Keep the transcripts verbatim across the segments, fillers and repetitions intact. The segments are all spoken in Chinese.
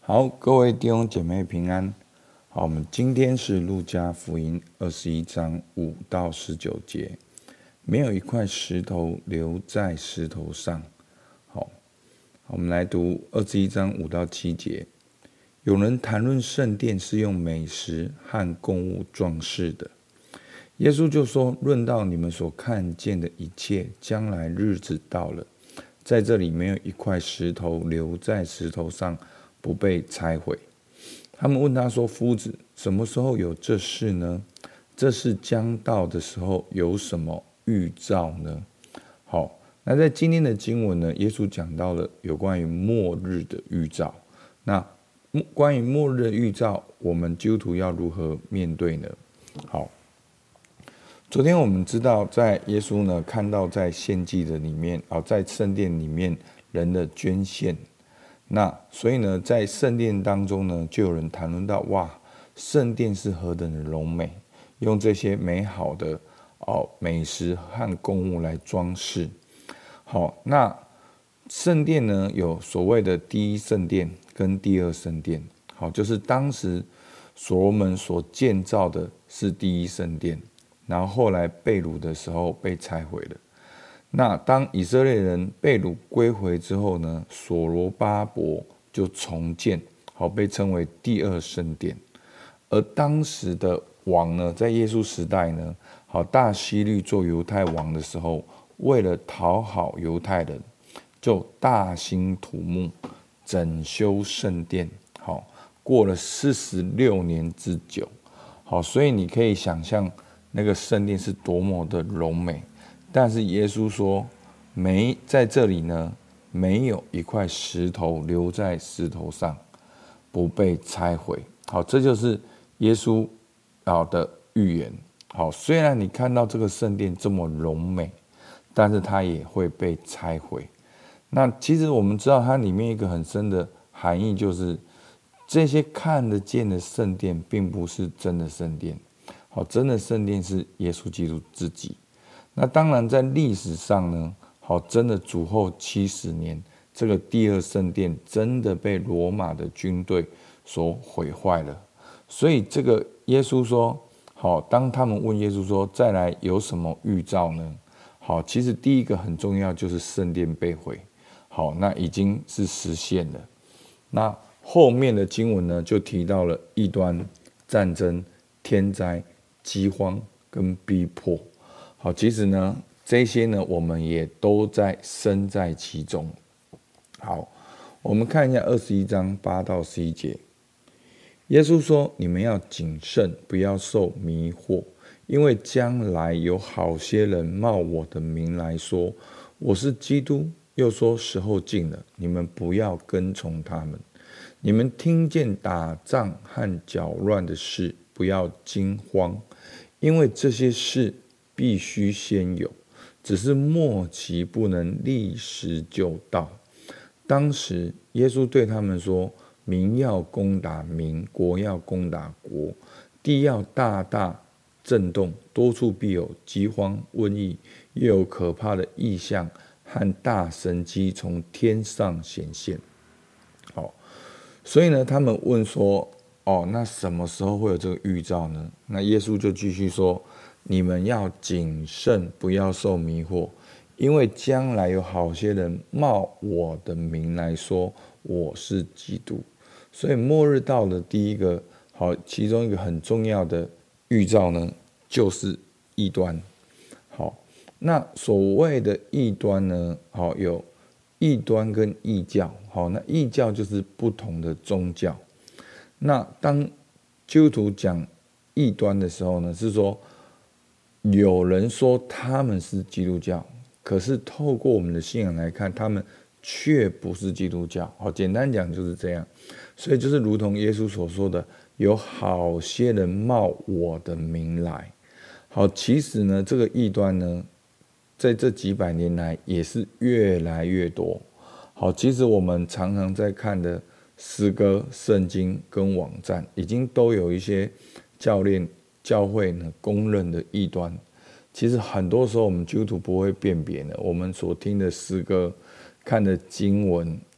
好，各位弟兄姐妹平安。好，我们今天是路加福音二十一章五到十九节，没有一块石头留在石头上。好，我们来读二十一章五到七节。有人谈论圣殿是用美食和供物装饰的，耶稣就说：论到你们所看见的一切，将来日子到了，在这里没有一块石头留在石头上不被拆毁。他们问他说：夫子，什么时候有这事呢？这事将到的时候有什么预兆呢？好，那在今天的经文呢，耶稣讲到了有关于末日的预兆。那关于末日的预兆，我们基督徒要如何面对呢？好，昨天我们知道，在耶稣呢看到在献祭的里面，哦，在圣殿里面人的捐献，那所以呢，在圣殿当中呢，就有人谈论到，哇，圣殿是何等的荣美，用这些美好的哦美食和供物来装饰。好，那圣殿呢有所谓的第一圣殿跟第二圣殿。好，就是当时所罗门所建造的是第一圣殿，然后后来被掳的时候被拆毁了。那当以色列人被掳归回之后呢，所罗巴伯就重建，好，被称为第二圣殿。而当时的王呢，在耶稣时代呢，好，大希律做犹太王的时候，为了讨好犹太人，就大兴土木，整修圣殿。好，过了四十六年之久。好，所以你可以想象那个圣殿是多么的荣美。但是耶稣说，没在这里呢，没有一块石头留在石头上不被拆毁。好，这就是耶稣的预言。好，虽然你看到这个圣殿这么荣美，但是它也会被拆毁。那其实我们知道，它里面一个很深的含义，就是这些看得见的圣殿并不是真的圣殿。好，真的圣殿是耶稣基督自己。那当然在历史上呢，好，真的主后七十年，这个第二圣殿真的被罗马的军队所毁坏了。所以这个耶稣说，好，当他们问耶稣说，再来有什么预兆呢？好，其实第一个很重要，就是圣殿被毁。好，那已经是实现了。那后面的经文呢，就提到了异端、战争、天灾、饥荒跟逼迫。好，其实呢，这些呢，我们也都在身在其中。好，我们看一下二十一章八到十一节。耶稣说：你们要谨慎，不要受迷惑，因为将来有好些人冒我的名来说，我是基督，又说时候近了，你们不要跟从他们。你们听见打仗和搅乱的事，不要惊慌，因为这些事必须先有，只是末期不能立时就到。当时耶稣对他们说：民要攻打民，国要攻打国，地要大大震动，多处必有饥荒、瘟疫，又有可怕的异象和大神迹从天上显现。好，所以呢，他们问说：哦，那什么时候会有这个预兆呢？那耶稣就继续说：你们要谨慎，不要受迷惑，因为将来有好些人冒我的名来说我是基督。所以末日到的第一个好，其中一个很重要的预兆呢，就是异端。好，那所谓的异端呢，好，有异端跟异教。好，那异教就是不同的宗教。那当基督徒讲异端的时候呢，是说有人说他们是基督教，可是透过我们的信仰来看，他们却不是基督教。好，简单讲就是这样。所以就是如同耶稣所说的，有好些人冒我的名来。好，其实呢，这个异端呢，在这几百年来也是越来越多。好，其实我们常常在看的诗歌、圣经跟网站，已经都有一些教练、教会呢公认的异端。其实很多时候我们基督徒不会辨别呢，我们所听的诗歌、看的经文，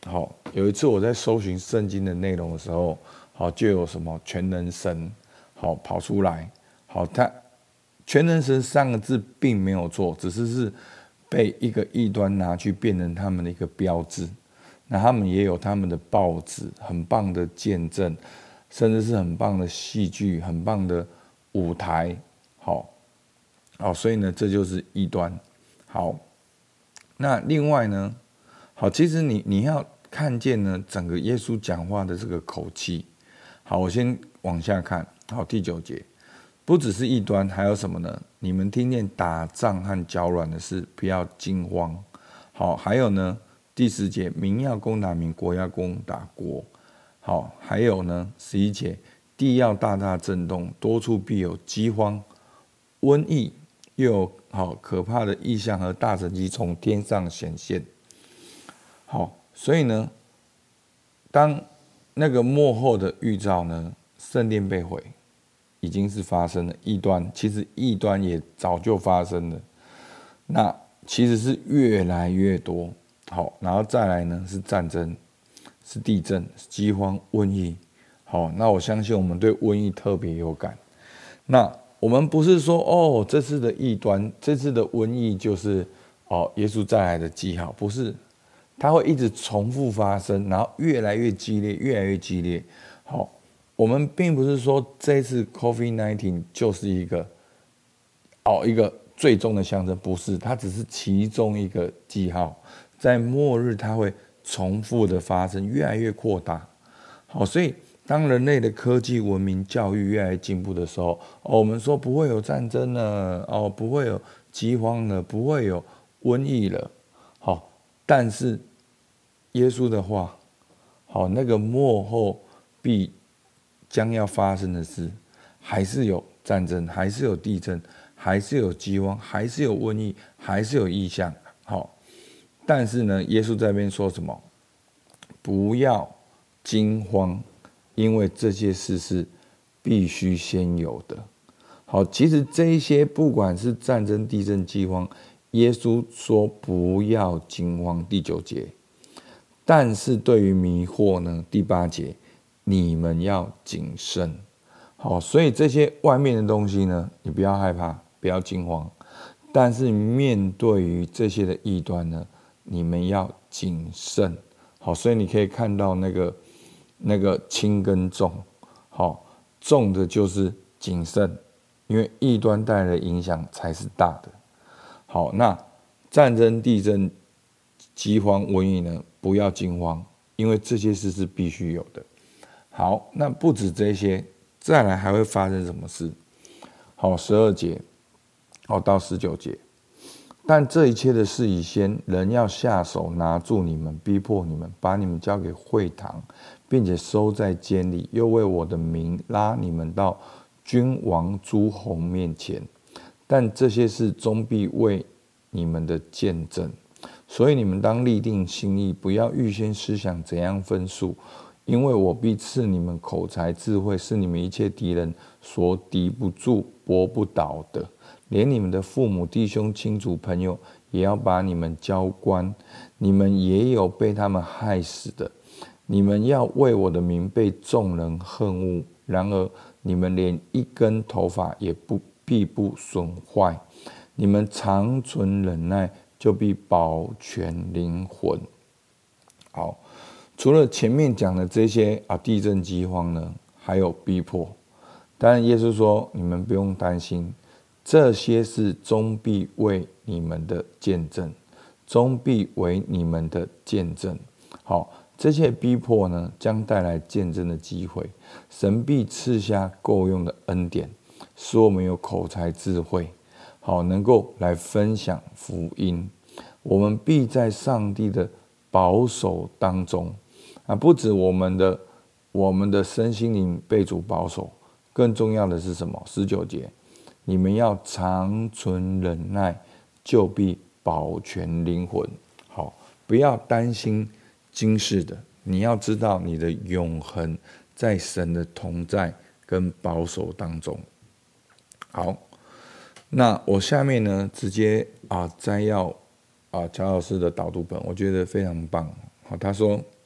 好，有一次我在搜寻圣经的内容的时候，好，就有什么全能神，好跑出来，好，他全能神三个字并没有错，只是是被一个异端拿去变成他们的一个标志。那他们也有他们的报纸，很棒的见证，甚至是很棒的戏剧，很棒的舞台，好，好，所以呢，这就是异端。好，那另外呢，好，其实你你要看见呢，整个耶稣讲话的这个口气。好，我先往下看。好，第九节，不只是异端，还有什么呢？你们听见打仗和脚软的事，不要惊慌。好，还有呢？第十节，民要攻打民，国要攻打国。好，还有呢，十一节，地要大大震动，多处必有饥荒、瘟疫，又有好可怕的异象和大神迹从天上显现。好，所以呢，当那个末后的预兆呢，圣殿被毁，已经是发生了。异端，其实异端也早就发生了。那其实是越来越多。好，然后再来呢是战争，是地震，是饥荒、瘟疫。好，那我相信我们对瘟疫特别有感。那我们不是说哦，这次的异端，这次的瘟疫就是哦耶稣再来的记号，不是，它会一直重复发生，然后越来越激烈，越来越激烈。好，我们并不是说这次 COVID 十九 就是一个哦一个最终的象征，不是，它只是其中一个记号。在末日，它会重复的发生，越来越扩大。好，所以当人类的科技、文明、教育越来越进步的时候，哦，我们说不会有战争了，哦，不会有饥荒了，不会有瘟疫了。好，但是耶稣的话，好，那个末后必将要发生的事，还是有战争，还是有地震，还是有饥荒，还是有瘟疫，还是有异象。好。但是呢，耶稣在那边说什么？不要惊慌，因为这些事是必须先有的。好，其实这一些不管是战争、地震、饥荒，耶稣说不要惊慌。第九节，但是对于迷惑呢？第八节，你们要谨慎。好，所以这些外面的东西呢，你不要害怕，不要惊慌。但是面对于这些的异端呢？你们要谨慎。好，所以你可以看到那个那个轻跟重。好，重的就是谨慎，因为异端带来的影响才是大的。好，那战争、地震、饥荒、瘟疫呢？不要惊慌，因为这些事是必须有的。好，那不止这些，再来还会发生什么事？好，十二节，好到十九节。但这一切的事以先，人要下手拿住你们，逼迫你们，把你们交给会堂，并且收在监里，又为我的名拉你们到君王诸侯面前。但这些事终必为你们的见证，所以你们当立定心意，不要预先思想怎样分数，因为我必赐你们口才智慧，是你们一切敌人所敌不住、搏不倒的。连你们的父母、弟兄、亲族、朋友，也要把你们交官。你们也有被他们害死的。你们要为我的名被众人恨恶，然而你们连一根头发也不必不损坏。你们长存忍耐，就必保全灵魂。好，除了前面讲的这些啊，地震、饥荒呢，还有逼迫。当然，耶稣说你们不用担心。这些事终必为你们的见证，终必为你们的见证。好，这些逼迫呢，将带来见证的机会。神必赐下够用的恩典，使我们有口才智慧，好能够来分享福音。我们必在上帝的保守当中啊，不止我们的我们的身心灵被主保守，更重要的是什么？十九节。你们要长存忍耐，就必保全灵魂。好，不要担心今世的，你要知道你的永恒在神的同在跟保守当中。好，那我下面呢，直接啊摘要啊乔老师的导读本，我觉得非常棒。好，他说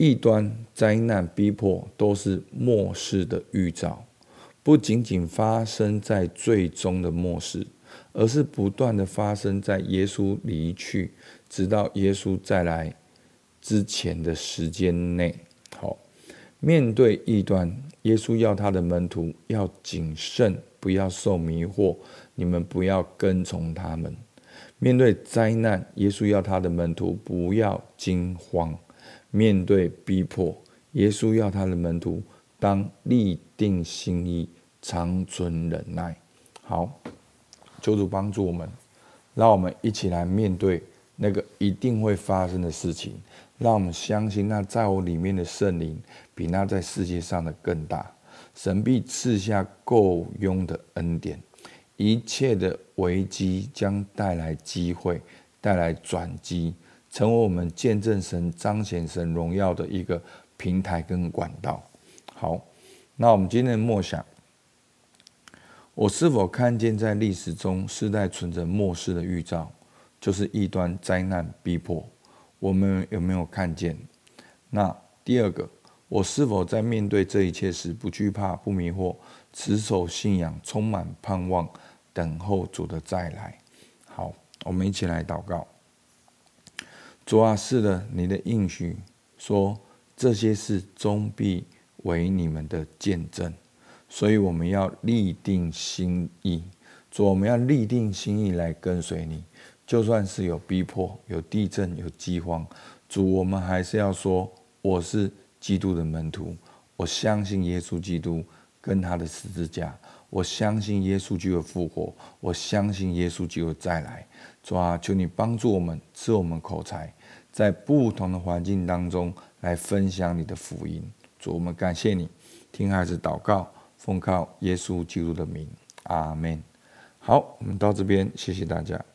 异端、灾难、逼迫都是末世的预兆，不仅仅发生在最终的末世，而是不断的发生在耶稣离去，直到耶稣再来之前的时间内。好，面对异端，耶稣要他的门徒要谨慎，不要受迷惑，你们不要跟从他们。面对灾难，耶稣要他的门徒不要惊慌。面对逼迫，耶稣要他的门徒当立定心意，长存忍耐。好，求主帮助我们，让我们一起来面对那个一定会发生的事情，让我们相信那在我里面的圣灵比那在世界上的更大。神必赐下够用的恩典，一切的危机将带来机会，带来转机，成为我们见证神、彰显神荣耀的一个平台跟管道。好，那我们今天的默想，我是否看见在历史中世代存着末世的预兆，就是异端、灾难、逼迫，我们有没有看见？那第二个，我是否在面对这一切时不惧怕、不迷惑，持守信仰，充满盼望，等候主的再来？好，我们一起来祷告。主啊，是的，你的应许说这些事终必为你们的见证，所以我们要立定心意。主，我们要立定心意来跟随你，就算是有逼迫、有地震、有饥荒，主，我们还是要说，我是基督的门徒，我相信耶稣基督跟他的十字架，我相信耶稣基督的复活，我相信耶稣基督的再来。主啊，求你帮助我们，赐我们口才，在不同的环境当中来分享你的福音。主，我们感谢你，听孩子祷告，奉靠耶稣基督的名，阿们。好，我们到这边，谢谢大家。